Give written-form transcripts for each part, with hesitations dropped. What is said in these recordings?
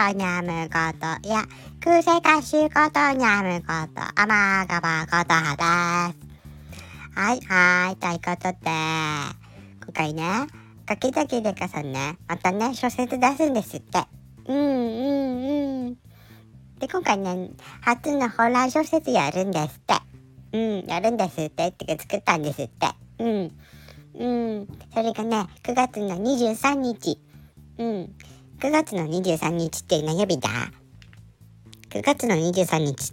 にゃむこと、いや、くせかしことにゃむこと、甘がばことはです。はい、ということで、今回ね、柿崎でかさんね、またね、小説出すんですって。で、今回ね、初のホラー小説やるんですって。やるんですってか作ったんですって。それがね、9月の23日。9月の23日って何曜日だ ?9 月の23日って、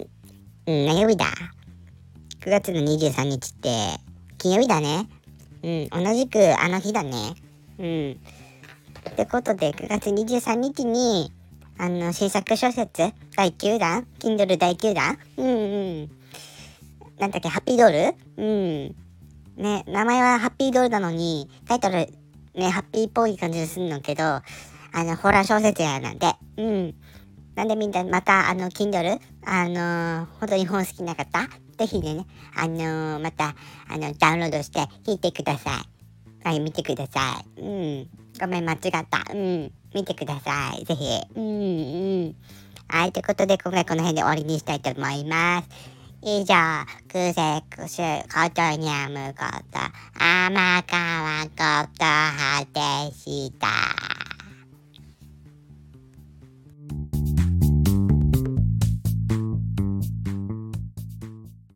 何曜日だ ?9 月の23日って、金曜日だね。同じくあの日だね。ってことで、9月23日に、新作小説、第9弾 Kindle 第9弾なんだっけ、ハッピードールね、名前はハッピードールなのに、タイトル、ね、ハッピーっぽい感じするのけど、ホラー小説やなんで。なんでみんなまた、Kindle、本当に本好きな方、ぜひね、また、ダウンロードして聞いてください。はい、見てください。ごめん、間違った。見てください。ぜひ。はい、ということで、今回この辺で終わりにしたいと思います。以上、くせくしゅことにゃむこと、甘川ことはでした。